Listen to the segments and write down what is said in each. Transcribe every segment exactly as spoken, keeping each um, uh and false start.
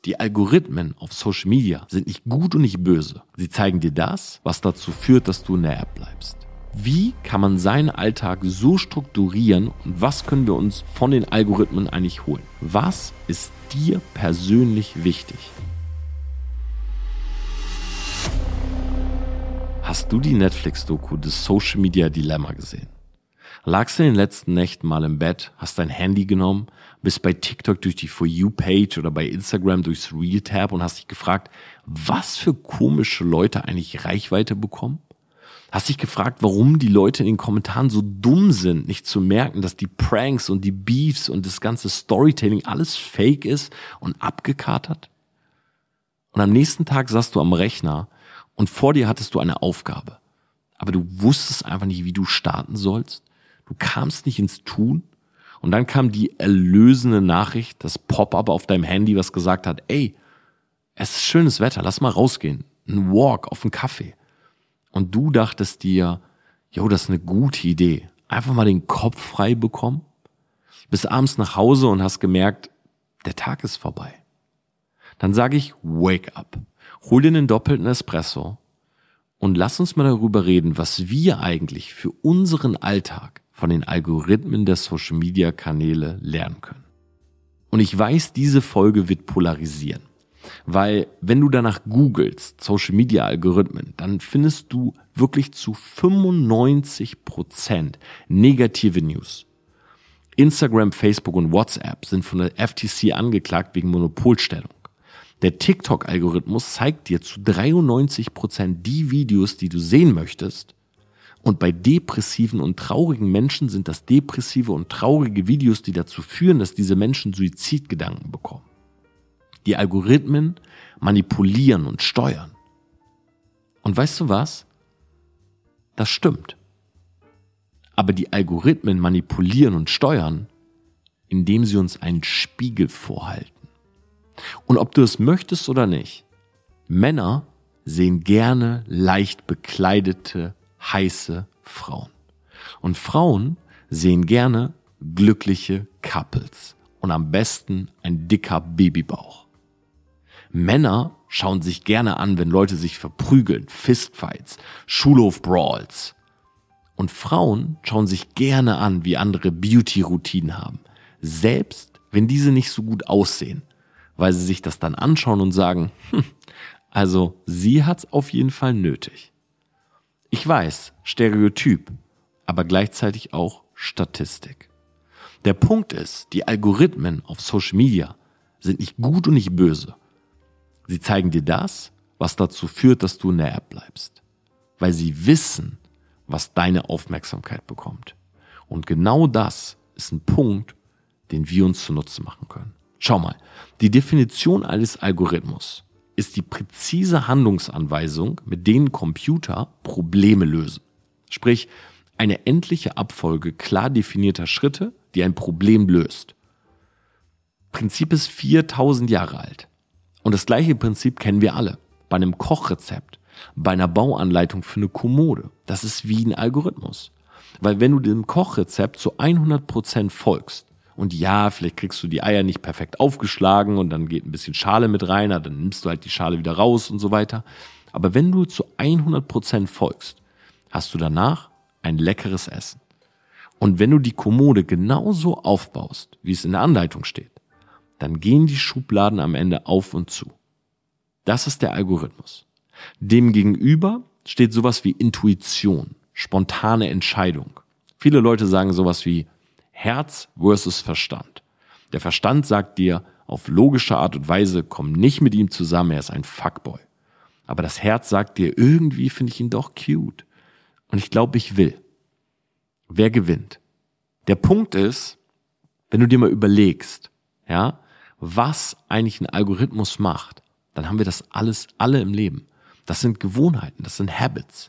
Die Algorithmen auf Social Media sind nicht gut und nicht böse. Sie zeigen dir das, was dazu führt, dass du in der App bleibst. Wie kann man seinen Alltag so strukturieren und was können wir uns von den Algorithmen eigentlich holen? Was ist dir persönlich wichtig? Hast du die Netflix-Doku Das Social Media Dilemma gesehen? Lagst du in den letzten Nächten mal im Bett, hast dein Handy genommen, bist bei TikTok durch die For You-Page oder bei Instagram durchs Reel-Tab und hast dich gefragt, was für komische Leute eigentlich Reichweite bekommen? Hast dich gefragt, warum die Leute in den Kommentaren so dumm sind, nicht zu merken, dass die Pranks und die Beefs und das ganze Storytelling alles fake ist und abgekatert? Und am nächsten Tag saßt du am Rechner und vor dir hattest du eine Aufgabe, aber du wusstest einfach nicht, wie du starten sollst. Du kamst nicht ins Tun und dann kam die erlösende Nachricht, das Pop-up auf deinem Handy, was gesagt hat, ey, es ist schönes Wetter, lass mal rausgehen, ein Walk auf einen Kaffee. Und du dachtest dir, jo, das ist eine gute Idee, einfach mal den Kopf frei bekommen, bist abends nach Hause und hast gemerkt, der Tag ist vorbei. Dann sage ich, wake up, hol dir einen doppelten Espresso und lass uns mal darüber reden, was wir eigentlich für unseren Alltag von den Algorithmen der Social-Media-Kanäle lernen können. Und ich weiß, diese Folge wird polarisieren, weil wenn du danach googelst, Social-Media-Algorithmen, dann findest du wirklich zu fünfundneunzig Prozent negative News. Instagram, Facebook und WhatsApp sind von der F T C angeklagt wegen Monopolstellung. Der TikTok-Algorithmus zeigt dir zu dreiundneunzig Prozent die Videos, die du sehen möchtest. Und bei depressiven und traurigen Menschen sind das depressive und traurige Videos, die dazu führen, dass diese Menschen Suizidgedanken bekommen. Die Algorithmen manipulieren und steuern. Und weißt du was? Das stimmt. Aber die Algorithmen manipulieren und steuern, indem sie uns einen Spiegel vorhalten. Und ob du es möchtest oder nicht, Männer sehen gerne leicht bekleidete, heiße Frauen. Und Frauen sehen gerne glückliche Couples und am besten ein dicker Babybauch. Männer schauen sich gerne an, wenn Leute sich verprügeln, Fistfights, Schulhof-Brawls. Und Frauen schauen sich gerne an, wie andere Beauty-Routinen haben, selbst wenn diese nicht so gut aussehen, weil sie sich das dann anschauen und sagen, hm, also sie hat's auf jeden Fall nötig. Ich weiß, Stereotyp, aber gleichzeitig auch Statistik. Der Punkt ist, die Algorithmen auf Social Media sind nicht gut und nicht böse. Sie zeigen dir das, was dazu führt, dass du in der App bleibst. Weil sie wissen, was deine Aufmerksamkeit bekommt. Und genau das ist ein Punkt, den wir uns zunutze machen können. Schau mal, die Definition eines Algorithmus ist die präzise Handlungsanweisung, mit denen Computer Probleme lösen. Sprich, eine endliche Abfolge klar definierter Schritte, die ein Problem löst. Prinzip ist viertausend Jahre alt. Und das gleiche Prinzip kennen wir alle. Bei einem Kochrezept, bei einer Bauanleitung für eine Kommode. Das ist wie ein Algorithmus. Weil wenn du dem Kochrezept zu hundert Prozent folgst, und ja, vielleicht kriegst du die Eier nicht perfekt aufgeschlagen und dann geht ein bisschen Schale mit rein, dann nimmst du halt die Schale wieder raus und so weiter. Aber wenn du zu hundert Prozent folgst, hast du danach ein leckeres Essen. Und wenn du die Kommode genauso aufbaust, wie es in der Anleitung steht, dann gehen die Schubladen am Ende auf und zu. Das ist der Algorithmus. Demgegenüber steht sowas wie Intuition, spontane Entscheidung. Viele Leute sagen sowas wie Herz versus Verstand. Der Verstand sagt dir auf logische Art und Weise, komm nicht mit ihm zusammen, er ist ein Fuckboy. Aber das Herz sagt dir, irgendwie finde ich ihn doch cute. Und ich glaube, ich will. Wer gewinnt? Der Punkt ist, wenn du dir mal überlegst, ja, was eigentlich ein Algorithmus macht, dann haben wir das alles, alle im Leben. Das sind Gewohnheiten, das sind Habits.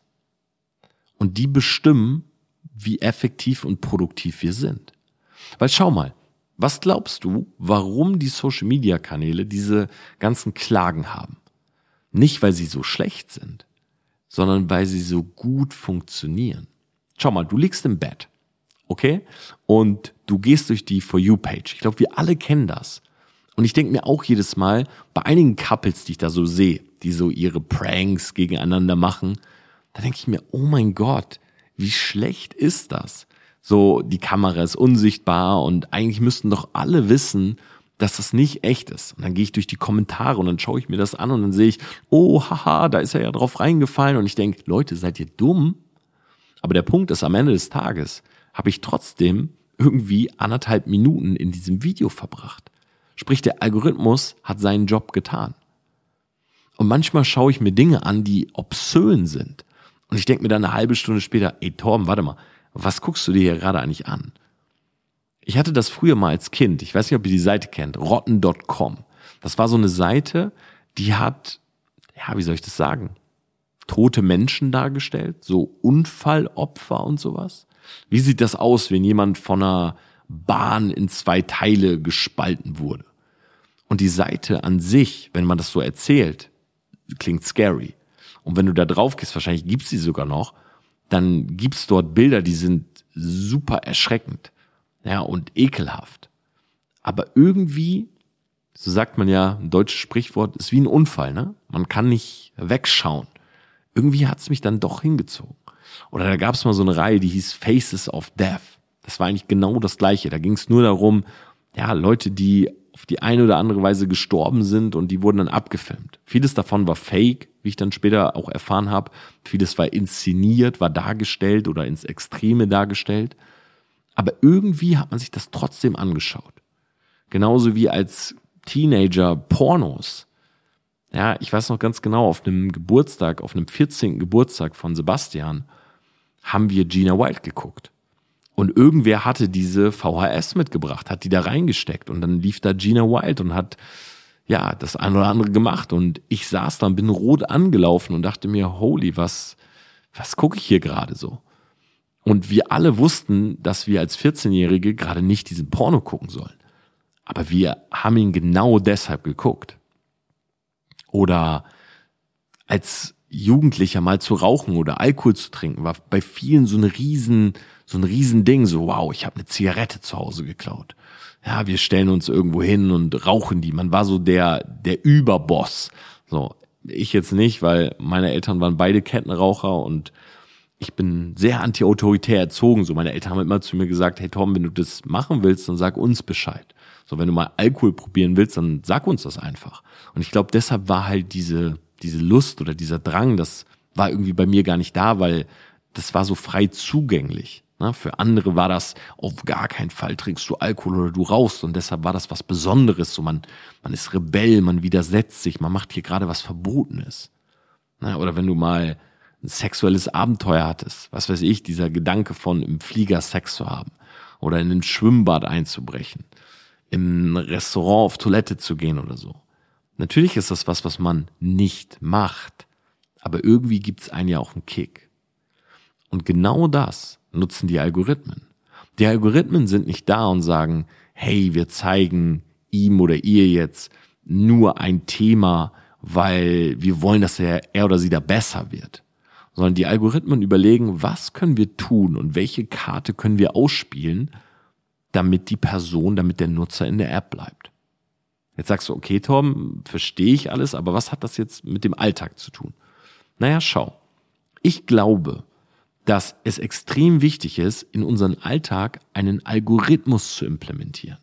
Und die bestimmen, wie effektiv und produktiv wir sind. Weil schau mal, was glaubst du, warum die Social-Media-Kanäle diese ganzen Klagen haben? Nicht, weil sie so schlecht sind, sondern weil sie so gut funktionieren. Schau mal, du liegst im Bett, okay? Und du gehst durch die For You-Page. Ich glaube, wir alle kennen das. Und ich denke mir auch jedes Mal, bei einigen Couples, die ich da so sehe, die so ihre Pranks gegeneinander machen, da denke ich mir, oh mein Gott, wie schlecht ist das? So, die Kamera ist unsichtbar und eigentlich müssten doch alle wissen, dass das nicht echt ist. Und dann gehe ich durch die Kommentare und dann schaue ich mir das an und dann sehe ich, oh, haha, da ist er ja drauf reingefallen. Und ich denke, Leute, seid ihr dumm? Aber der Punkt ist, am Ende des Tages habe ich trotzdem irgendwie anderthalb Minuten in diesem Video verbracht. Sprich, der Algorithmus hat seinen Job getan. Und manchmal schaue ich mir Dinge an, die obszön sind. Und ich denke mir dann eine halbe Stunde später, ey Torben, warte mal, was guckst du dir hier gerade eigentlich an? Ich hatte das früher mal als Kind, ich weiß nicht, ob ihr die Seite kennt, rotten Punkt com. Das war so eine Seite, die hat, ja, wie soll ich das sagen, tote Menschen dargestellt, so Unfallopfer und sowas. Wie sieht das aus, wenn jemand von einer Bahn in zwei Teile gespalten wurde? Und die Seite an sich, wenn man das so erzählt, klingt scary. Und wenn du da drauf gehst, wahrscheinlich gibt's die sogar noch, dann gibt's dort Bilder, die sind super erschreckend, ja, und ekelhaft. Aber irgendwie, so sagt man ja, ein deutsches Sprichwort, ist wie ein Unfall, ne? Man kann nicht wegschauen. Irgendwie hat's mich dann doch hingezogen. Oder da gab's mal so eine Reihe, die hieß Faces of Death. Das war eigentlich genau das Gleiche. Da ging's nur darum, ja, Leute, die auf die eine oder andere Weise gestorben sind und die wurden dann abgefilmt. Vieles davon war fake, wie ich dann später auch erfahren habe. Vieles war inszeniert, war dargestellt oder ins Extreme dargestellt. Aber irgendwie hat man sich das trotzdem angeschaut. Genauso wie als Teenager Pornos. Ja, ich weiß noch ganz genau, auf einem Geburtstag, auf einem vierzehnten Geburtstag von Sebastian, haben wir Gina Wild geguckt. Und irgendwer hatte diese V H S mitgebracht, hat die da reingesteckt und dann lief da Gina Wild und hat ja das ein oder andere gemacht und ich saß da und bin rot angelaufen und dachte mir, holy, was was gucke ich hier gerade so? Und wir alle wussten, dass wir als vierzehnjährige gerade nicht diesen Porno gucken sollen. Aber wir haben ihn genau deshalb geguckt. Oder als Jugendlicher mal zu rauchen oder Alkohol zu trinken, war bei vielen so ein riesen, so ein riesen Ding, so wow, ich habe eine Zigarette zu Hause geklaut. Ja, wir stellen uns irgendwo hin und rauchen die. Man war so der, der Überboss. So, ich jetzt nicht, weil meine Eltern waren beide Kettenraucher und ich bin sehr anti-autoritär erzogen. So, meine Eltern haben immer zu mir gesagt, hey Tom, wenn du das machen willst, dann sag uns Bescheid. So, wenn du mal Alkohol probieren willst, dann sag uns das einfach. Und ich glaube, deshalb war halt diese diese Lust oder dieser Drang, das war irgendwie bei mir gar nicht da, weil das war so frei zugänglich. Ne? Für andere war das, auf gar keinen Fall trinkst du Alkohol oder du rauchst und deshalb war das was Besonderes. So man, man ist Rebell, man widersetzt sich, man macht hier gerade was Verbotenes. Ne? Oder wenn du mal ein sexuelles Abenteuer hattest, was weiß ich, dieser Gedanke von im Flieger Sex zu haben oder in ein Schwimmbad einzubrechen, im Restaurant auf Toilette zu gehen oder so. Natürlich ist das was, was man nicht macht, aber irgendwie gibt's einen ja auch einen Kick. Und genau das nutzen die Algorithmen. Die Algorithmen sind nicht da und sagen, hey, wir zeigen ihm oder ihr jetzt nur ein Thema, weil wir wollen, dass er, er oder sie da besser wird. Sondern die Algorithmen überlegen, was können wir tun und welche Karte können wir ausspielen, damit die Person, damit der Nutzer in der App bleibt. Jetzt sagst du, okay, Tom, verstehe ich alles, aber was hat das jetzt mit dem Alltag zu tun? Naja, schau. Ich glaube, dass es extrem wichtig ist, in unseren Alltag einen Algorithmus zu implementieren.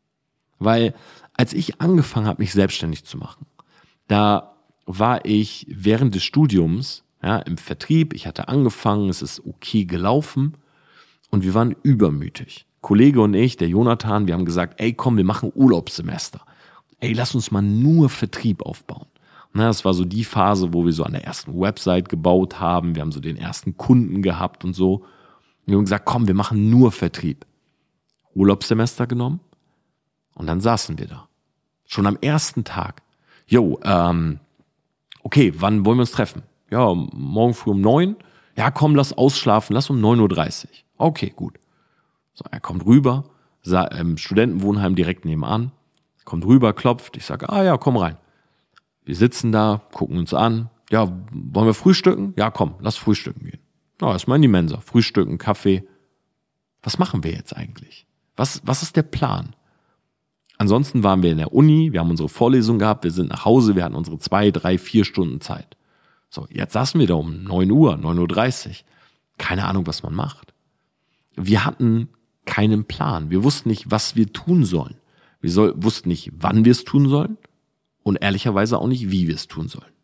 Weil als ich angefangen habe, mich selbstständig zu machen, da war ich während des Studiums ja, im Vertrieb, ich hatte angefangen, es ist okay gelaufen und wir waren übermütig. Kollege und ich, der Jonathan, wir haben gesagt, ey komm, wir machen Urlaubssemester. Ey, lass uns mal nur Vertrieb aufbauen. Na, das war so die Phase, wo wir so an der ersten Website gebaut haben. Wir haben so den ersten Kunden gehabt und so. Wir haben gesagt, komm, wir machen nur Vertrieb. Urlaubssemester genommen und dann saßen wir da. Schon am ersten Tag. Jo, ähm, okay, wann wollen wir uns treffen? Ja, morgen früh um neun. Ja, komm, lass ausschlafen, lass um neun Uhr dreißig. Okay, gut. So, er kommt rüber, sa- im Studentenwohnheim direkt nebenan. Kommt rüber, klopft. Ich sage, ah ja, komm rein. Wir sitzen da, gucken uns an. Ja, wollen wir frühstücken? Ja, komm, lass frühstücken gehen. Ja, erstmal in die Mensa. Frühstücken, Kaffee. Was machen wir jetzt eigentlich? Was, was ist der Plan? Ansonsten waren wir in der Uni, wir haben unsere Vorlesung gehabt, wir sind nach Hause, wir hatten unsere zwei, drei, vier Stunden Zeit. So, jetzt saßen wir da um neun Uhr, neun Uhr dreißig. Keine Ahnung, was man macht. Wir hatten keinen Plan. Wir wussten nicht, was wir tun sollen. Wir soll, wussten nicht, wann wir es tun sollen und ehrlicherweise auch nicht, wie wir es tun sollen.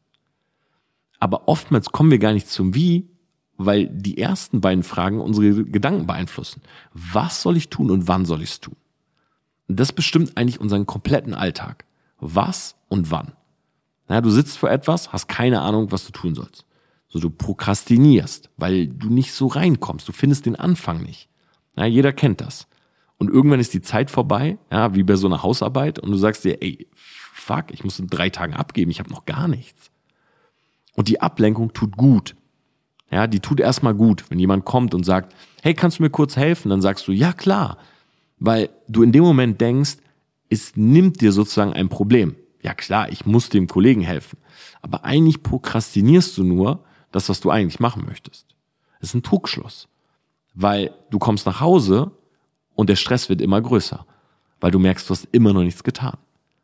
Aber oftmals kommen wir gar nicht zum Wie, weil die ersten beiden Fragen unsere Gedanken beeinflussen. Was soll ich tun und wann soll ich es tun? Und das bestimmt eigentlich unseren kompletten Alltag. Was und wann. Ja, du sitzt vor etwas, hast keine Ahnung, was du tun sollst. So, du prokrastinierst, weil du nicht so reinkommst. Du findest den Anfang nicht. Ja, jeder kennt das. Und irgendwann ist die Zeit vorbei, ja, wie bei so einer Hausarbeit, und du sagst dir, ey, fuck, ich muss in drei Tagen abgeben, ich habe noch gar nichts. Und die Ablenkung tut gut. Ja, die tut erstmal gut, wenn jemand kommt und sagt, hey, kannst du mir kurz helfen? Dann sagst du, ja klar, weil du in dem Moment denkst, es nimmt dir sozusagen ein Problem. Ja klar, ich muss dem Kollegen helfen. Aber eigentlich prokrastinierst du nur das, was du eigentlich machen möchtest. Das ist ein Trugschluss. Weil du kommst nach Hause und der Stress wird immer größer. Weil du merkst, du hast immer noch nichts getan.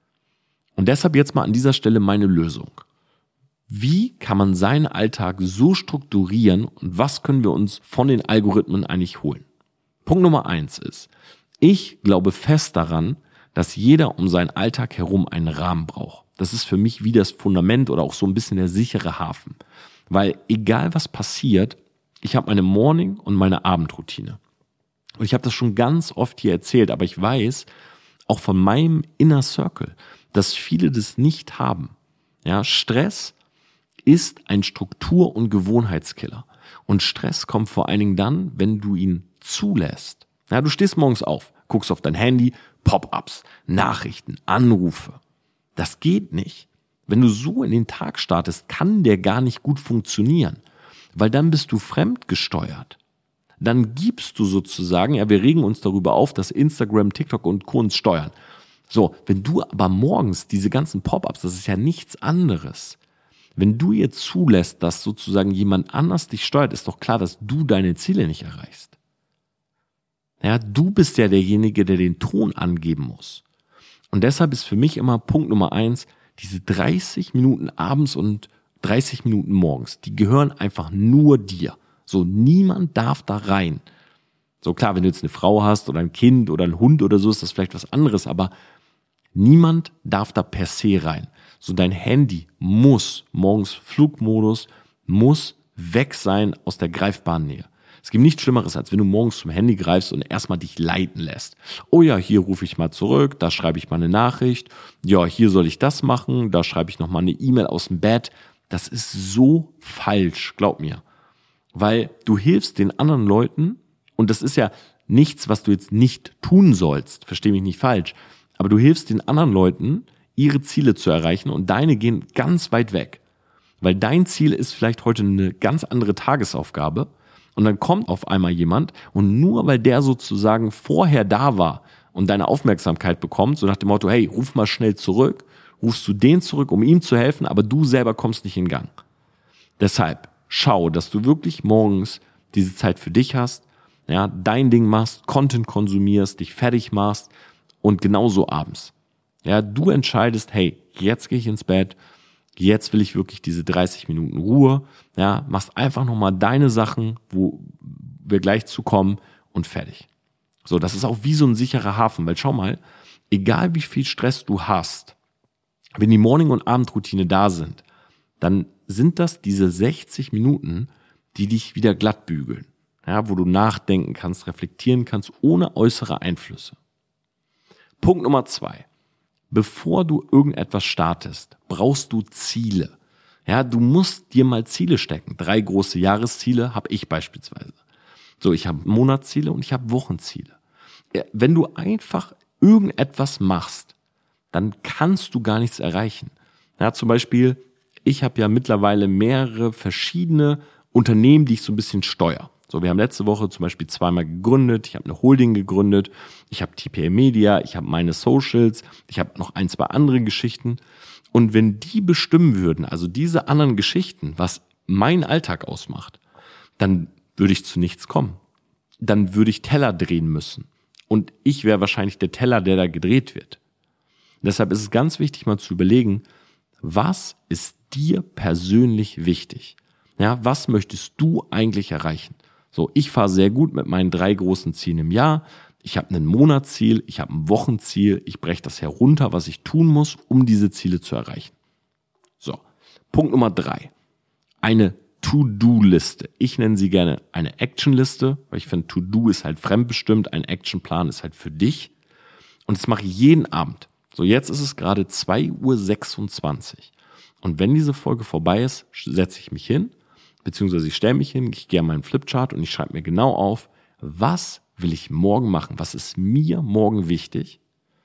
Und deshalb jetzt mal an dieser Stelle meine Lösung. Wie kann man seinen Alltag so strukturieren und was können wir uns von den Algorithmen eigentlich holen? Punkt Nummer eins ist, ich glaube fest daran, dass jeder um seinen Alltag herum einen Rahmen braucht. Das ist für mich wie das Fundament oder auch so ein bisschen der sichere Hafen. Weil egal was passiert, ich habe meine Morning- und meine Abendroutine. Und ich habe das schon ganz oft hier erzählt, aber ich weiß auch von meinem Inner Circle, dass viele das nicht haben. Ja, Stress ist ein Struktur- und Gewohnheitskiller. Und Stress kommt vor allen Dingen dann, wenn du ihn zulässt. Ja, du stehst morgens auf, guckst auf dein Handy, Pop-ups, Nachrichten, Anrufe. Das geht nicht. Wenn du so in den Tag startest, kann der gar nicht gut funktionieren. Weil dann bist du fremdgesteuert. Dann gibst du sozusagen, ja, wir regen uns darüber auf, dass Instagram, TikTok und Co. uns steuern. So, wenn du aber morgens diese ganzen Pop-ups, das ist ja nichts anderes. Wenn du jetzt zulässt, dass sozusagen jemand anders dich steuert, ist doch klar, dass du deine Ziele nicht erreichst. Ja, du bist ja derjenige, der den Ton angeben muss. Und deshalb ist für mich immer Punkt Nummer eins, diese dreißig Minuten abends und dreißig Minuten morgens, die gehören einfach nur dir. So, niemand darf da rein. So klar, wenn du jetzt eine Frau hast oder ein Kind oder ein Hund oder so, ist das vielleicht was anderes, aber niemand darf da per se rein. So, dein Handy muss morgens Flugmodus, muss weg sein aus der greifbaren Nähe. Es gibt nichts Schlimmeres, als wenn du morgens zum Handy greifst und erstmal dich leiten lässt. Oh ja, hier rufe ich mal zurück, da schreibe ich mal eine Nachricht. Ja, hier soll ich das machen, da schreibe ich nochmal eine E-Mail aus dem Bett. Das ist so falsch, glaub mir. Weil du hilfst den anderen Leuten, und das ist ja nichts, was du jetzt nicht tun sollst, versteh mich nicht falsch, aber du hilfst den anderen Leuten, ihre Ziele zu erreichen, und deine gehen ganz weit weg. Weil dein Ziel ist vielleicht heute eine ganz andere Tagesaufgabe, und dann kommt auf einmal jemand, und nur weil der sozusagen vorher da war und deine Aufmerksamkeit bekommt, so nach dem Motto, hey, ruf mal schnell zurück, rufst du den zurück, um ihm zu helfen, aber du selber kommst nicht in Gang. Deshalb schau, dass du wirklich morgens diese Zeit für dich hast, ja, dein Ding machst, Content konsumierst, dich fertig machst, und genauso abends. Ja, du entscheidest, hey, jetzt gehe ich ins Bett, jetzt will ich wirklich diese dreißig Minuten Ruhe, ja, machst einfach nochmal deine Sachen, wo wir gleich zu kommen, und fertig. So, das ist auch wie so ein sicherer Hafen, weil schau mal, egal wie viel Stress du hast, wenn die Morning- und Abendroutine da sind, dann sind das diese sechzig Minuten, die dich wieder glatt bügeln, ja, wo du nachdenken kannst, reflektieren kannst, ohne äußere Einflüsse. Punkt Nummer zwei. Bevor du irgendetwas startest, brauchst du Ziele. Ja, du musst dir mal Ziele stecken. Drei große Jahresziele habe ich beispielsweise. So, ich habe Monatsziele und ich habe Wochenziele. Wenn du einfach irgendetwas machst, dann kannst du gar nichts erreichen. Ja, zum Beispiel, ich habe ja mittlerweile mehrere verschiedene Unternehmen, die ich so ein bisschen steuere. So, wir haben letzte Woche zum Beispiel zweimal gegründet, ich habe eine Holding gegründet, ich habe T P A Media, ich habe meine Socials, ich habe noch ein, zwei andere Geschichten. Und wenn die bestimmen würden, also diese anderen Geschichten, was mein Alltag ausmacht, dann würde ich zu nichts kommen. Dann würde ich Teller drehen müssen. Und ich wäre wahrscheinlich der Teller, der da gedreht wird. deshalb ist es ganz wichtig, mal zu überlegen, was ist dir persönlich wichtig? Ja, was möchtest du eigentlich erreichen? So, ich fahre sehr gut mit meinen drei großen Zielen im Jahr. Ich habe ein Monatsziel, ich habe ein Wochenziel. Ich breche das herunter, was ich tun muss, um diese Ziele zu erreichen. So, Punkt Nummer drei. Eine To-Do-Liste. Ich nenne sie gerne eine Action-Liste, weil ich finde, To-Do ist halt fremdbestimmt, ein Action-Plan ist halt für dich. Und das mache ich jeden Abend. So, jetzt ist es gerade zwei Uhr sechsundzwanzig. Und wenn diese Folge vorbei ist, setze ich mich hin, beziehungsweise ich stelle mich hin, ich gehe an meinen Flipchart und ich schreibe mir genau auf, was will ich morgen machen, was ist mir morgen wichtig.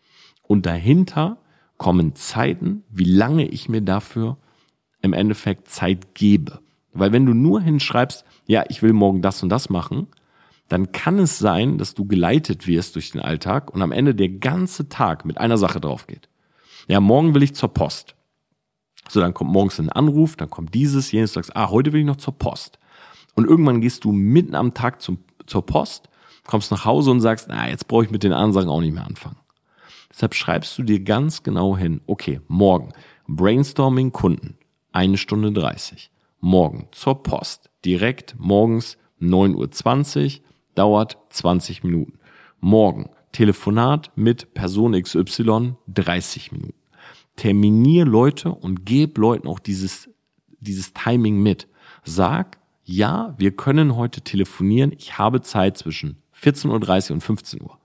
Und dahinter kommen Zeiten, wie lange ich mir dafür im Endeffekt Zeit gebe. Weil wenn du nur hinschreibst, ja, ich will morgen das und das machen, dann kann es sein, dass du geleitet wirst durch den Alltag und am Ende der ganze Tag mit einer Sache drauf geht. Ja, morgen will ich zur Post. So, dann kommt morgens ein Anruf, dann kommt dieses, jenes, du sagst, ah, heute will ich noch zur Post. Und irgendwann gehst du mitten am Tag zum, zur Post, kommst nach Hause und sagst, na, jetzt brauche ich mit den Ansagen auch nicht mehr anfangen. Deshalb schreibst du dir ganz genau hin, okay, morgen Brainstorming Kunden, eine Stunde dreißig. Morgen zur Post, direkt morgens neun Uhr zwanzig, dauert zwanzig Minuten. Morgen Telefonat mit Person X Y, dreißig Minuten. Terminier Leute und gib Leuten auch dieses, dieses Timing mit. Sag, ja, wir können heute telefonieren, ich habe Zeit zwischen vierzehn Uhr dreißig und fünfzehn Uhr.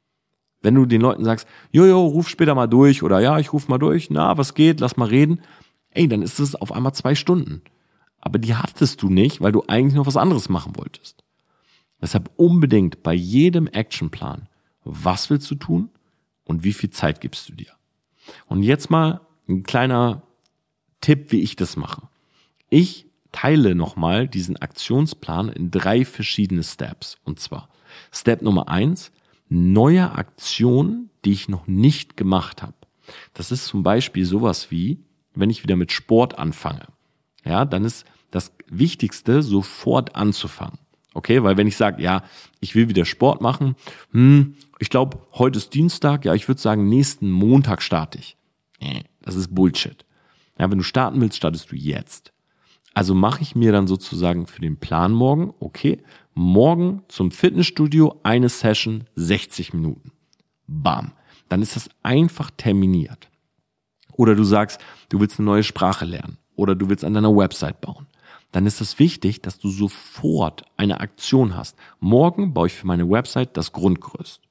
Wenn du den Leuten sagst, jojo, ruf später mal durch oder ja, ich ruf mal durch, na, was geht, lass mal reden, ey, dann ist es auf einmal zwei Stunden. Aber die hattest du nicht, weil du eigentlich noch was anderes machen wolltest. Deshalb unbedingt bei jedem Actionplan, was willst du tun und wie viel Zeit gibst du dir? Und jetzt mal ein kleiner Tipp, wie ich das mache. Ich teile nochmal diesen Aktionsplan in drei verschiedene Steps. Und zwar Step Nummer eins, neue Aktionen, die ich noch nicht gemacht habe. Das ist zum Beispiel sowas wie, wenn ich wieder mit Sport anfange. Ja, dann ist das Wichtigste, sofort anzufangen. Okay, weil wenn ich sage, ja, ich will wieder Sport machen, hm, ich glaube, heute ist Dienstag, ja, ich würde sagen, nächsten Montag starte ich. Nee, das ist Bullshit. Ja, wenn du starten willst, startest du jetzt. Also mache ich mir dann sozusagen für den Plan morgen, okay, morgen zum Fitnessstudio eine Session, sechzig Minuten. Bam. Dann ist das einfach terminiert. Oder du sagst, du willst eine neue Sprache lernen oder du willst an deiner Website bauen. Dann ist es wichtig, dass du sofort eine Aktion hast. Morgen baue ich für meine Website das Grundgerüst.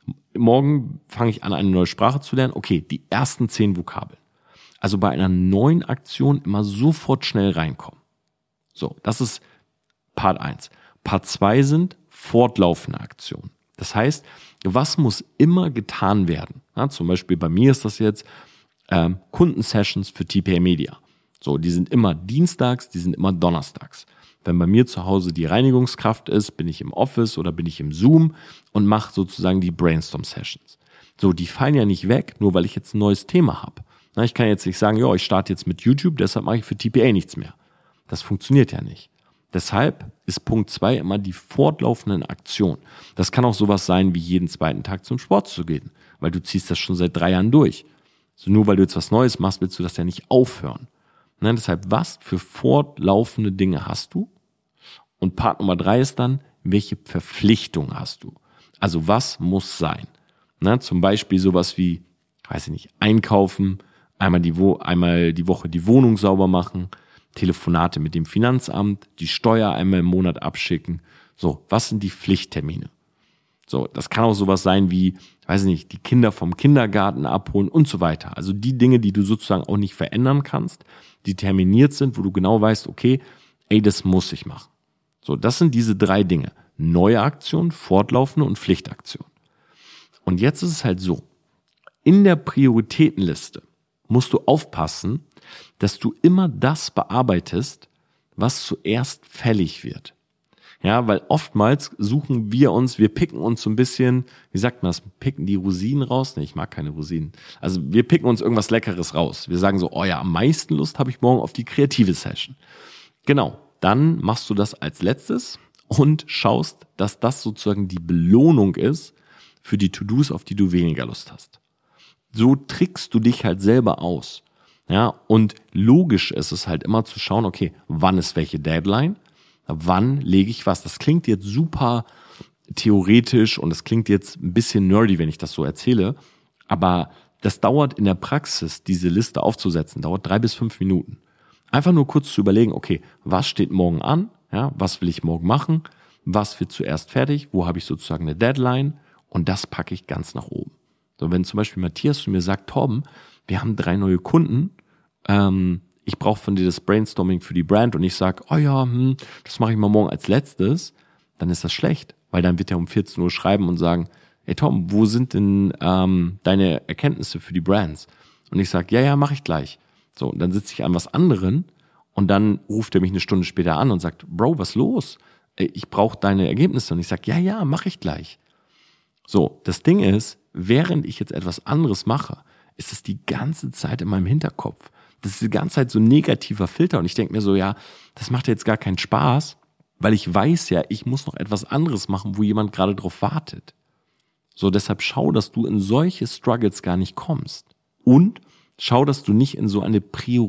Morgen fange ich an, eine neue Sprache zu lernen. Okay, die ersten zehn Vokabeln. Also bei einer neuen Aktion immer sofort schnell reinkommen. So, das ist Part eins. Part zwei sind fortlaufende Aktionen. Das heißt, was muss immer getan werden? Ja, zum Beispiel bei mir ist das jetzt ähm, Kundensessions für T P A Media. So, die sind immer dienstags, die sind immer donnerstags. Wenn bei mir zu Hause die Reinigungskraft ist, bin ich im Office oder bin ich im Zoom und mache sozusagen die Brainstorm-Sessions. So, die fallen ja nicht weg, nur weil ich jetzt ein neues Thema habe. Na, ich kann jetzt nicht sagen, ja, ich starte jetzt mit YouTube, deshalb mache ich für T P A nichts mehr. Das funktioniert ja nicht. Deshalb ist Punkt zwei immer die fortlaufenden Aktionen. Das kann auch sowas sein, wie jeden zweiten Tag zum Sport zu gehen, weil du ziehst das schon seit drei Jahren durch. So, nur weil du jetzt was Neues machst, willst du das ja nicht aufhören. Na, deshalb, was für fortlaufende Dinge hast du? Und Part Nummer drei ist dann, welche Verpflichtung hast du? Also was muss sein? Na, zum Beispiel sowas wie, weiß ich nicht, einkaufen, einmal die, Wo- einmal die Woche die Wohnung sauber machen, Telefonate mit dem Finanzamt, die Steuer einmal im Monat abschicken. So, was sind die Pflichttermine? So, das kann auch sowas sein wie, weiß ich nicht, die Kinder vom Kindergarten abholen und so weiter. Also die Dinge, die du sozusagen auch nicht verändern kannst, die terminiert sind, wo du genau weißt, okay, ey, das muss ich machen. So, das sind diese drei Dinge. Neue Aktion, fortlaufende und Pflichtaktion. Und jetzt ist es halt so, in der Prioritätenliste musst du aufpassen, dass du immer das bearbeitest, was zuerst fällig wird. Ja, weil oftmals suchen wir uns, wir picken uns so ein bisschen, wie sagt man das, picken die Rosinen raus? Nee, ich mag keine Rosinen. Also wir picken uns irgendwas Leckeres raus. Wir sagen so, oh ja, am meisten Lust habe ich morgen auf die kreative Session. Genau, dann machst du das als letztes und schaust, dass das sozusagen die Belohnung ist für die To-Dos, auf die du weniger Lust hast. So trickst du dich halt selber aus. Ja, und logisch ist es halt immer zu schauen, okay, wann ist welche Deadline? Wann lege ich was? Das klingt jetzt super theoretisch und es klingt jetzt ein bisschen nerdy, wenn ich das so erzähle. Aber das dauert in der Praxis, diese Liste aufzusetzen, dauert drei bis fünf Minuten. Einfach nur kurz zu überlegen, okay, was steht morgen an? Ja, was will ich morgen machen? Was wird zuerst fertig? Wo habe ich sozusagen eine Deadline? Und das packe ich ganz nach oben. So, wenn zum Beispiel Matthias zu mir sagt, Torben, wir haben drei neue Kunden, ähm, ich brauche von dir das Brainstorming für die Brand und ich sage, oh ja, hm, das mache ich mal morgen als letztes, dann ist das schlecht, weil dann wird er um vierzehn Uhr schreiben und sagen, hey Tom, wo sind denn ähm, deine Erkenntnisse für die Brands? Und ich sage, ja, ja, mache ich gleich. So, und dann sitze ich an was anderen und dann ruft er mich eine Stunde später an und sagt, Bro, was los? Ich brauche deine Ergebnisse. Und ich sage, ja, ja, mache ich gleich. So, das Ding ist, während ich jetzt etwas anderes mache, ist es die ganze Zeit in meinem Hinterkopf. Das ist die ganze Zeit so ein negativer Filter und ich denke mir so, ja, das macht jetzt gar keinen Spaß, weil ich weiß ja, ich muss noch etwas anderes machen, wo jemand gerade drauf wartet. So, deshalb schau, dass du in solche Struggles gar nicht kommst. Und schau, dass du nicht in so eine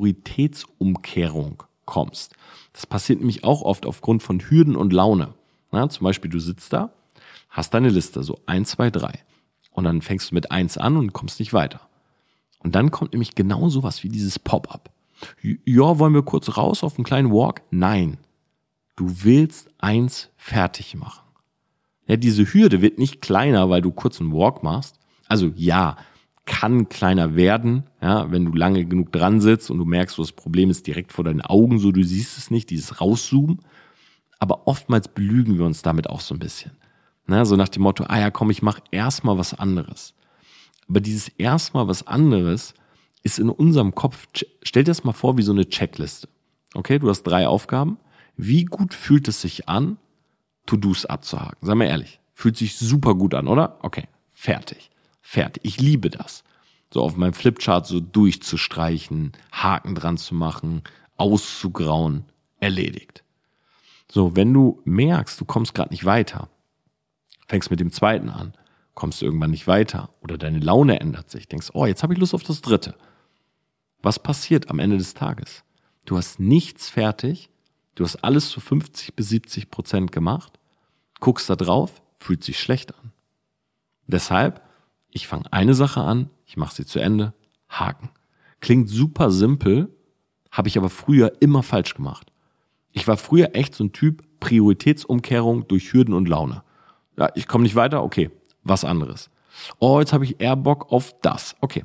Prioritätsumkehrung kommst. Das passiert nämlich auch oft aufgrund von Hürden und Laune. Na, zum Beispiel, du sitzt da, hast deine Liste, so eins, zwei, drei. Und dann fängst du mit eins an und kommst nicht weiter. Und dann kommt nämlich genau sowas wie dieses Pop-up. Ja, wollen wir kurz raus auf einen kleinen Walk? Nein. Du willst eins fertig machen. Ja, diese Hürde wird nicht kleiner, weil du kurz einen Walk machst. Also ja, kann kleiner werden, ja, wenn du lange genug dran sitzt und du merkst, so das Problem ist direkt vor deinen Augen, so du siehst es nicht, dieses Rauszoomen. Aber oftmals belügen wir uns damit auch so ein bisschen. Na, so nach dem Motto, ah ja, komm, ich mache erstmal was anderes. Aber dieses erstmal was anderes ist in unserem Kopf, stell dir das mal vor wie so eine Checkliste. Okay, du hast drei Aufgaben. Wie gut fühlt es sich an, To-Dos abzuhaken? Sei mal ehrlich, fühlt sich super gut an, oder? Okay, fertig, fertig. Ich liebe das. So auf meinem Flipchart so durchzustreichen, Haken dran zu machen, auszugrauen, erledigt. So, wenn du merkst, du kommst gerade nicht weiter, fängst mit dem zweiten an, kommst du irgendwann nicht weiter oder deine Laune ändert sich, denkst, oh, jetzt habe ich Lust auf das dritte. Was passiert am Ende des Tages? Du hast nichts fertig, du hast alles zu fünfzig bis siebzig Prozent gemacht, guckst da drauf, fühlt sich schlecht an. Deshalb, ich fange eine Sache an, ich mache sie zu Ende, Haken. Klingt super simpel, habe ich aber früher immer falsch gemacht. Ich war früher echt so ein Typ Prioritätsumkehrung durch Hürden und Laune. Ja, ich komme nicht weiter, okay, was anderes. Oh, jetzt habe ich eher Bock auf das. Okay.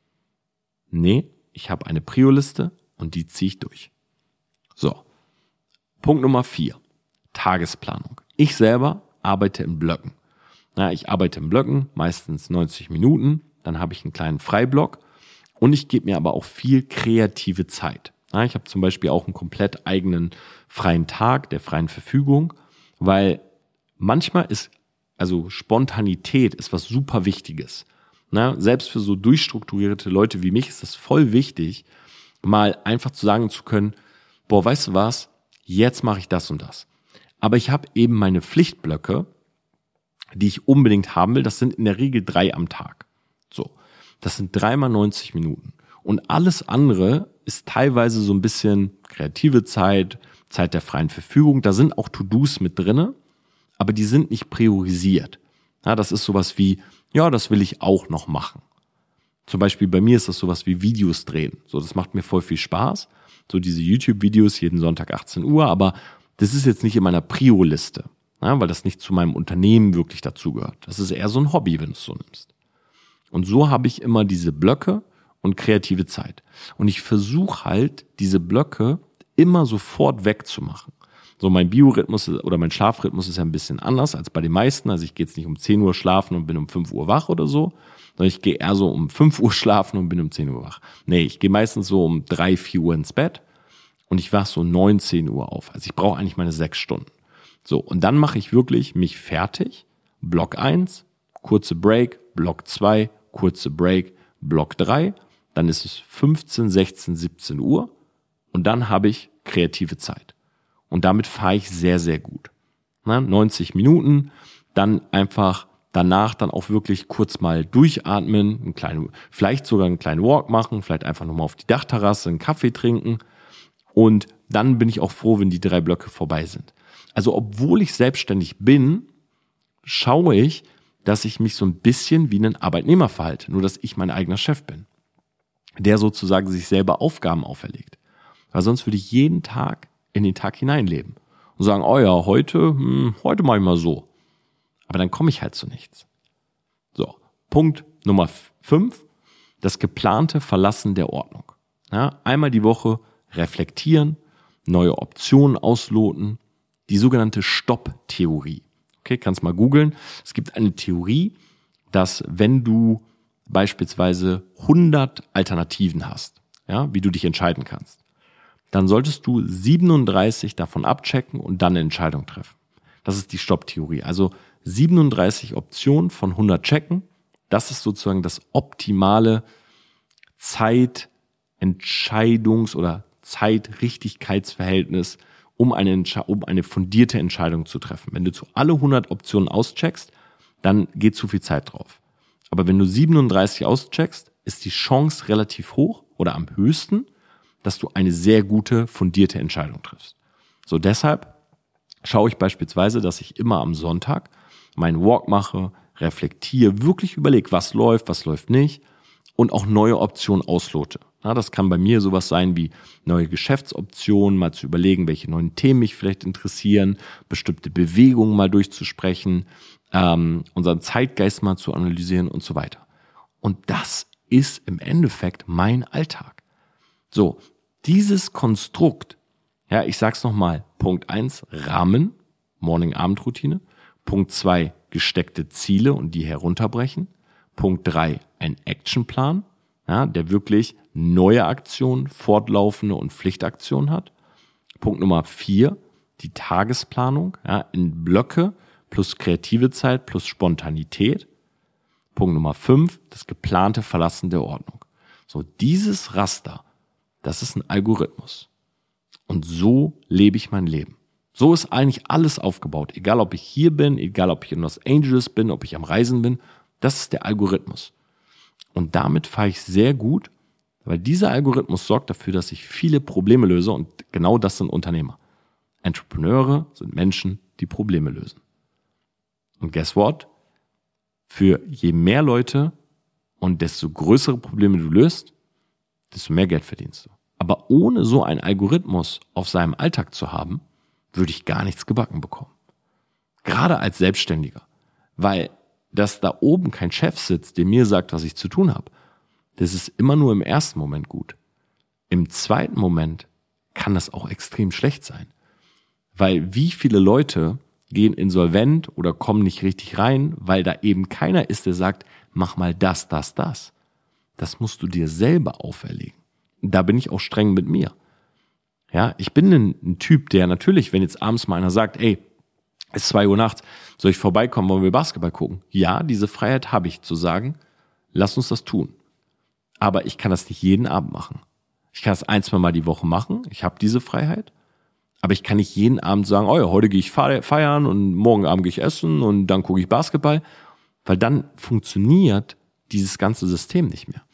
Nee, ich habe eine Prio-Liste und die ziehe ich durch. So. Punkt Nummer vier. Tagesplanung. Ich selber arbeite in Blöcken. Ja, ich arbeite in Blöcken, meistens neunzig Minuten. Dann habe ich einen kleinen Freiblock und ich gebe mir aber auch viel kreative Zeit. Ja, ich habe zum Beispiel auch einen komplett eigenen freien Tag der freien Verfügung, weil manchmal ist, also Spontanität ist was super Wichtiges. Na, selbst für so durchstrukturierte Leute wie mich ist das voll wichtig, mal einfach zu sagen zu können, boah, weißt du was, jetzt mache ich das und das. Aber ich habe eben meine Pflichtblöcke, die ich unbedingt haben will, das sind in der Regel drei am Tag. So, das sind dreimal neunzig Minuten. Und alles andere ist teilweise so ein bisschen kreative Zeit, Zeit der freien Verfügung. Da sind auch To-Dos mit drinne, aber die sind nicht priorisiert. Ja, das ist sowas wie, ja, das will ich auch noch machen. Zum Beispiel bei mir ist das sowas wie Videos drehen. So, das macht mir voll viel Spaß. So diese YouTube-Videos jeden Sonntag achtzehn Uhr, aber das ist jetzt nicht in meiner Prio-Liste, ja, weil das nicht zu meinem Unternehmen wirklich dazugehört. Das ist eher so ein Hobby, wenn du es so nimmst. Und so habe ich immer diese Blöcke und kreative Zeit. Und ich versuche halt, diese Blöcke immer sofort wegzumachen. So, mein Biorhythmus oder mein Schlafrhythmus ist ja ein bisschen anders als bei den meisten. Also ich gehe jetzt nicht um zehn Uhr schlafen und bin um fünf Uhr wach oder so, sondern ich gehe eher so um fünf Uhr schlafen und bin um zehn Uhr wach. Nee, ich gehe meistens so um drei, vier Uhr ins Bett und ich wach so neunzehn Uhr auf. Also ich brauche eigentlich meine sechs Stunden. So, und dann mache ich wirklich mich fertig. Block eins, kurze Break, Block zwei, kurze Break, Block drei. Dann ist es fünfzehn, sechzehn, siebzehn Uhr und dann habe ich kreative Zeit. Und damit fahre ich sehr, sehr gut. Na, neunzig Minuten, dann einfach Danach dann auch wirklich kurz mal durchatmen, einen kleinen, vielleicht sogar einen kleinen Walk machen, vielleicht einfach nochmal auf die Dachterrasse einen Kaffee trinken. Und dann bin ich auch froh, wenn die drei Blöcke vorbei sind. Also obwohl ich selbstständig bin, schaue ich, dass ich mich so ein bisschen wie ein Arbeitnehmer verhalte. Nur, dass ich mein eigener Chef bin, der sozusagen sich selber Aufgaben auferlegt. Weil sonst würde ich jeden Tag in den Tag hineinleben und sagen, oh ja, heute, hm, heute mache ich mal so. Aber dann komme ich halt zu nichts. So, Punkt Nummer fünf, das geplante Verlassen der Ordnung. Ja, einmal die Woche reflektieren, neue Optionen ausloten, die sogenannte Stopp-Theorie. Okay, kannst mal googeln. Es gibt eine Theorie, dass wenn du beispielsweise hundert Alternativen hast, ja, wie du dich entscheiden kannst, dann solltest du siebenunddreißig davon abchecken und dann eine Entscheidung treffen. Das ist die Stopp-Theorie. Also siebenunddreißig Optionen von hundert checken, das ist sozusagen das optimale Zeitentscheidungs- oder Zeitrichtigkeitsverhältnis, um eine, um eine fundierte Entscheidung zu treffen. Wenn du zu alle hundert Optionen auscheckst, dann geht zu viel Zeit drauf. Aber wenn du siebenunddreißig auscheckst, ist die Chance relativ hoch oder am höchsten, dass du eine sehr gute, fundierte Entscheidung triffst. So, deshalb schaue ich beispielsweise, dass ich immer am Sonntag meinen Walk mache, reflektiere, wirklich überlege, was läuft, was läuft nicht und auch neue Optionen auslote. Ja, das kann bei mir sowas sein wie neue Geschäftsoptionen, mal zu überlegen, welche neuen Themen mich vielleicht interessieren, bestimmte Bewegungen mal durchzusprechen, ähm, unseren Zeitgeist mal zu analysieren und so weiter. Und das ist im Endeffekt mein Alltag. So, dieses Konstrukt, ja, ich sag's nochmal, Punkt eins, Rahmen, Morning-Abend-Routine. Punkt zwei, gesteckte Ziele und die herunterbrechen. Punkt drei, ein Actionplan, ja, der wirklich neue Aktionen, fortlaufende und Pflichtaktionen hat. Punkt Nummer vier, die Tagesplanung, ja, in Blöcke plus kreative Zeit plus Spontanität. Punkt Nummer fünf, das geplante Verlassen der Ordnung. So, dieses Raster, das ist ein Algorithmus. Und so lebe ich mein Leben. So ist eigentlich alles aufgebaut. Egal, ob ich hier bin, egal, ob ich in Los Angeles bin, ob ich am Reisen bin. Das ist der Algorithmus. Und damit fahre ich sehr gut, weil dieser Algorithmus sorgt dafür, dass ich viele Probleme löse. Und genau das sind Unternehmer. Entrepreneure sind Menschen, die Probleme lösen. Und guess what? Für je mehr Leute und desto größere Probleme du löst, desto mehr Geld verdienst du. Aber ohne so einen Algorithmus auf seinem Alltag zu haben, würde ich gar nichts gebacken bekommen. Gerade als Selbstständiger. Weil dass da oben kein Chef sitzt, der mir sagt, was ich zu tun habe, das ist immer nur im ersten Moment gut. Im zweiten Moment kann das auch extrem schlecht sein. Weil wie viele Leute gehen insolvent oder kommen nicht richtig rein, weil da eben keiner ist, der sagt, mach mal das, das, das. Das musst du dir selber auferlegen. Da bin ich auch streng mit mir. Ja, ich bin ein, ein Typ, der natürlich, wenn jetzt abends mal einer sagt, ey, es ist zwei Uhr nachts, soll ich vorbeikommen, wollen wir Basketball gucken? Ja, diese Freiheit habe ich zu sagen, lass uns das tun. Aber ich kann das nicht jeden Abend machen. Ich kann es ein, zwei Mal die Woche machen, ich habe diese Freiheit. Aber ich kann nicht jeden Abend sagen, oh ja, heute gehe ich feiern und morgen Abend gehe ich essen und dann gucke ich Basketball. Weil dann funktioniert dieses ganze System nicht mehr.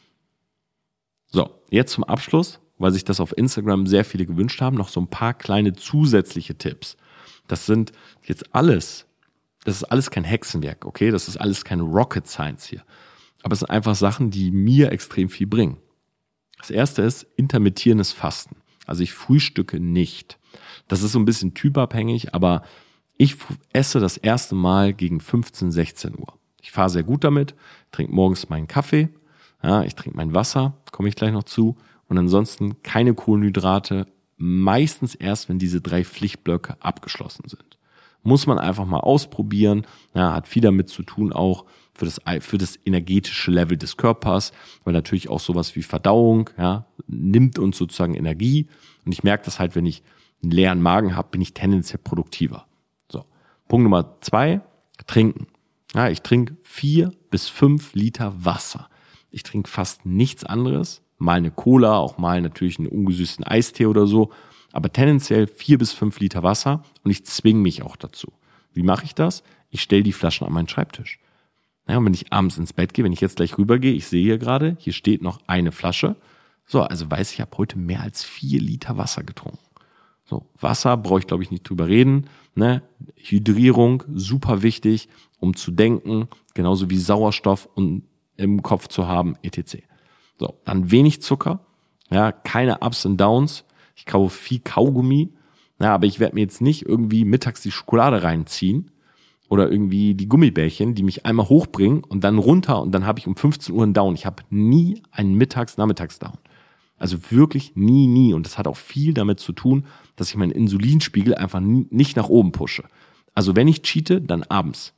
So, jetzt zum Abschluss, weil sich das auf Instagram sehr viele gewünscht haben, noch so ein paar kleine zusätzliche Tipps. Das sind jetzt alles, das ist alles kein Hexenwerk, okay? Das ist alles keine Rocket Science hier. Aber es sind einfach Sachen, die mir extrem viel bringen. Das erste ist intermittierendes Fasten. Also ich frühstücke nicht. Das ist so ein bisschen typabhängig, aber ich esse das erste Mal gegen fünfzehn, sechzehn Uhr. Ich fahre sehr gut damit, trinke morgens meinen Kaffee, ja, ich trinke mein Wasser, komme ich gleich noch zu. Und ansonsten keine Kohlenhydrate, meistens erst, wenn diese drei Pflichtblöcke abgeschlossen sind. Muss man einfach mal ausprobieren. Ja, hat viel damit zu tun auch für das, für das energetische Level des Körpers, weil natürlich auch sowas wie Verdauung, ja, nimmt uns sozusagen Energie. Und ich merke das halt, wenn ich einen leeren Magen habe, bin ich tendenziell produktiver. So. Punkt Nummer zwei, trinken. Ja, ich trinke vier bis fünf Liter Wasser. Ich trinke fast nichts anderes. Mal eine Cola, auch mal natürlich einen ungesüßten Eistee oder so. Aber tendenziell vier bis fünf Liter Wasser und ich zwinge mich auch dazu. Wie mache ich das? Ich stelle die Flaschen an meinen Schreibtisch. Ja, und wenn ich abends ins Bett gehe, wenn ich jetzt gleich rübergehe, ich sehe hier gerade, hier steht noch eine Flasche. So, also weiß ich, ich habe heute mehr als vier Liter Wasser getrunken. So, Wasser brauche ich, glaube ich, nicht drüber reden. Ne? Hydrierung, super wichtig, um zu denken, genauso wie Sauerstoff und im Kopf zu haben, et cetera. So, dann wenig Zucker, ja, keine Ups und Downs. Ich kaufe viel Kaugummi, ja, aber ich werde mir jetzt nicht irgendwie mittags die Schokolade reinziehen oder irgendwie die Gummibärchen, die mich einmal hochbringen und dann runter und dann habe ich um fünfzehn Uhr einen Down. Ich habe nie einen Mittags-Nachmittags-Down. Also wirklich nie, nie. Und das hat auch viel damit zu tun, dass ich meinen Insulinspiegel einfach nicht nach oben pushe. Also wenn ich cheate, dann abends.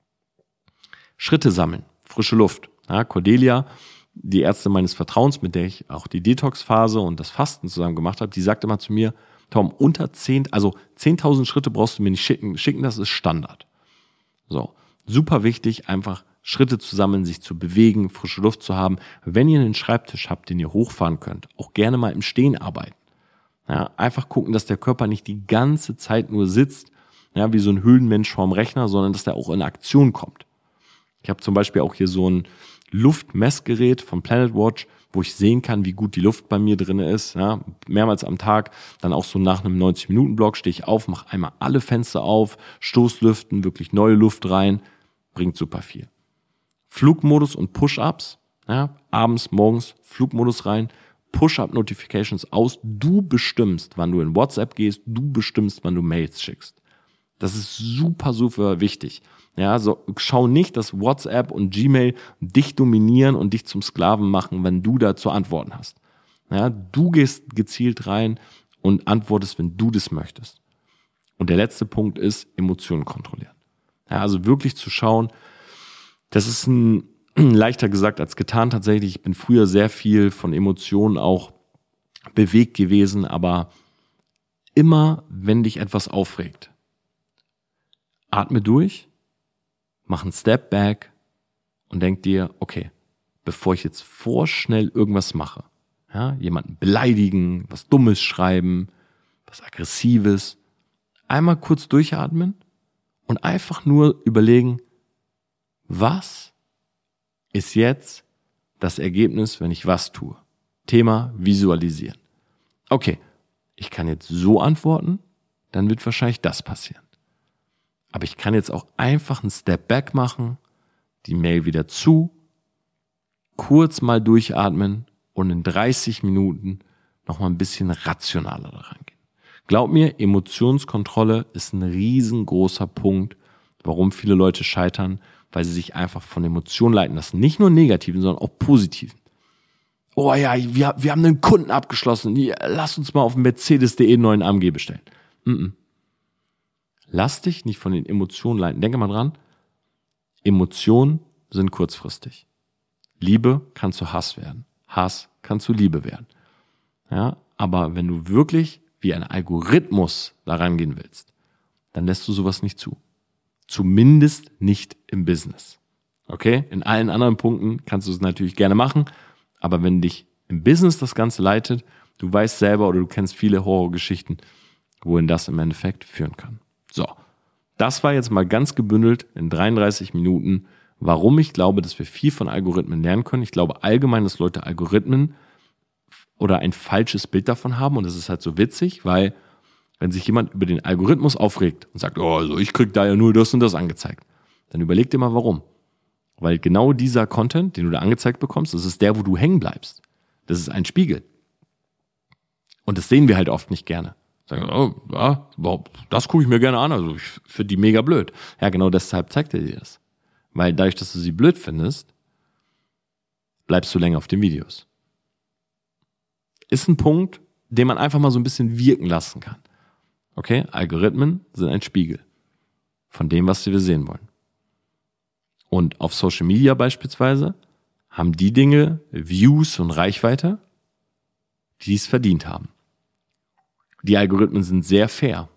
Schritte sammeln, frische Luft. Ja, Cordelia, die Ärztin meines Vertrauens, mit der ich auch die Detox-Phase und das Fasten zusammen gemacht habe, die sagt immer zu mir, Tom, unter zehn, also zehntausend Schritte brauchst du mir nicht schicken. Schicken, das ist Standard. So, super wichtig, einfach Schritte zu sammeln, sich zu bewegen, frische Luft zu haben. Wenn ihr einen Schreibtisch habt, den ihr hochfahren könnt, auch gerne mal im Stehen arbeiten. Ja, einfach gucken, dass der Körper nicht die ganze Zeit nur sitzt, ja, wie so ein Höhlenmensch vorm Rechner, sondern dass der auch in Aktion kommt. Ich habe zum Beispiel auch hier so ein Luftmessgerät von Planet Watch, wo ich sehen kann, wie gut die Luft bei mir drin ist. Ja, mehrmals am Tag, dann auch so nach einem neunzig-Minuten-Block stehe ich auf, mache einmal alle Fenster auf, Stoßlüften, wirklich neue Luft rein, bringt super viel. Flugmodus und Push-Ups, ja, abends, morgens Flugmodus rein, Push-Up-Notifications aus. Du bestimmst, wann du in WhatsApp gehst, du bestimmst, wann du Mails schickst. Das ist super, super wichtig. Ja, so, schau nicht, dass WhatsApp und Gmail dich dominieren und dich zum Sklaven machen, wenn du da zu antworten hast. Ja, du gehst gezielt rein und antwortest, wenn du das möchtest. Und der letzte Punkt ist, Emotionen kontrollieren. Ja, also wirklich zu schauen, das ist ein, leichter gesagt als getan tatsächlich. Ich bin früher sehr viel von Emotionen auch bewegt gewesen, aber immer, wenn dich etwas aufregt, atme durch, mach einen Step back und denk dir, okay, bevor ich jetzt vorschnell irgendwas mache, ja, jemanden beleidigen, was Dummes schreiben, was Aggressives, einmal kurz durchatmen und einfach nur überlegen, was ist jetzt das Ergebnis, wenn ich was tue? Thema visualisieren. Okay, ich kann jetzt so antworten, dann wird wahrscheinlich das passieren. Aber ich kann jetzt auch einfach einen Step back machen, die Mail wieder zu, kurz mal durchatmen und in dreißig Minuten nochmal ein bisschen rationaler daran gehen. Glaub mir, Emotionskontrolle ist ein riesengroßer Punkt, warum viele Leute scheitern, weil sie sich einfach von Emotionen leiten lassen. Nicht nur negativen, sondern auch positiven. Oh ja, wir, wir haben einen Kunden abgeschlossen. Lass uns mal auf Mercedes punkt de einen neuen A M G bestellen. Mm-mm. Lass dich nicht von den Emotionen leiten. Denke mal dran, Emotionen sind kurzfristig. Liebe kann zu Hass werden. Hass kann zu Liebe werden. Ja, aber wenn du wirklich wie ein Algorithmus da rangehen willst, dann lässt du sowas nicht zu. Zumindest nicht im Business. Okay? In allen anderen Punkten kannst du es natürlich gerne machen, aber wenn dich im Business das Ganze leitet, du weißt selber oder du kennst viele Horrorgeschichten, wohin das im Endeffekt führen kann. So, das war jetzt mal ganz gebündelt in dreiunddreißig Minuten, warum ich glaube, dass wir viel von Algorithmen lernen können. Ich glaube allgemein, dass Leute Algorithmen oder ein falsches Bild davon haben und das ist halt so witzig, weil wenn sich jemand über den Algorithmus aufregt und sagt, oh, also ich krieg da ja nur das und das angezeigt, dann überleg dir mal, warum. Weil genau dieser Content, den du da angezeigt bekommst, das ist der, wo du hängen bleibst. Das ist ein Spiegel. Und das sehen wir halt oft nicht gerne. Sagen, oh, ja, das gucke ich mir gerne an, also ich finde die mega blöd. Ja, genau deshalb zeigt er dir das. Weil dadurch, dass du sie blöd findest, bleibst du länger auf den Videos. Ist ein Punkt, den man einfach mal so ein bisschen wirken lassen kann. Okay, Algorithmen sind ein Spiegel von dem, was wir sehen wollen. Und auf Social Media beispielsweise haben die Dinge Views und Reichweite, die es verdient haben. Die Algorithmen sind sehr fair.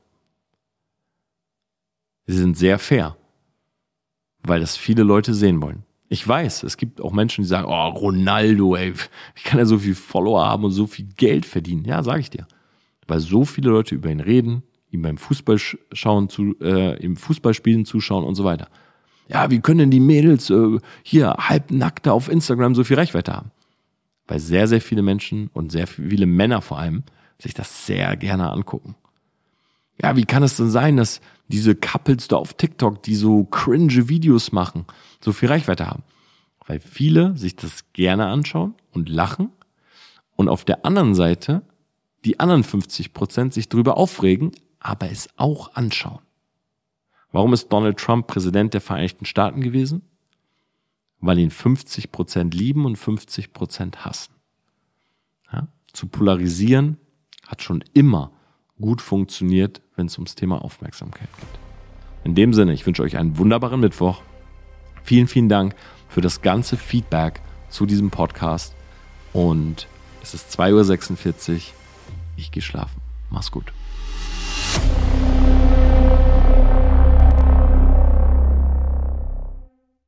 Sie sind sehr fair, weil das viele Leute sehen wollen. Ich weiß, es gibt auch Menschen, die sagen, oh, Ronaldo, ey, ich kann ja so viel Follower haben und so viel Geld verdienen. Ja, sage ich dir. Weil so viele Leute über ihn reden, ihm beim Fußball schauen, zu, äh, im Fußballspielen zuschauen und so weiter. Ja, wie können denn die Mädels äh, hier halbnackte auf Instagram so viel Reichweite haben? Weil sehr, sehr viele Menschen und sehr viele Männer vor allem sich das sehr gerne angucken. Ja, wie kann es denn sein, dass diese Couples da auf TikTok, die so cringe Videos machen, so viel Reichweite haben? Weil viele sich das gerne anschauen und lachen und auf der anderen Seite die anderen fünfzig Prozent sich drüber aufregen, aber es auch anschauen. Warum ist Donald Trump Präsident der Vereinigten Staaten gewesen? Weil ihn fünfzig Prozent lieben und fünfzig Prozent hassen. Ja? Zu polarisieren hat schon immer gut funktioniert, wenn es ums Thema Aufmerksamkeit geht. In dem Sinne, ich wünsche euch einen wunderbaren Mittwoch. Vielen, vielen Dank für das ganze Feedback zu diesem Podcast. Und es ist zwei Uhr sechsundvierzig. Ich gehe schlafen. Mach's gut.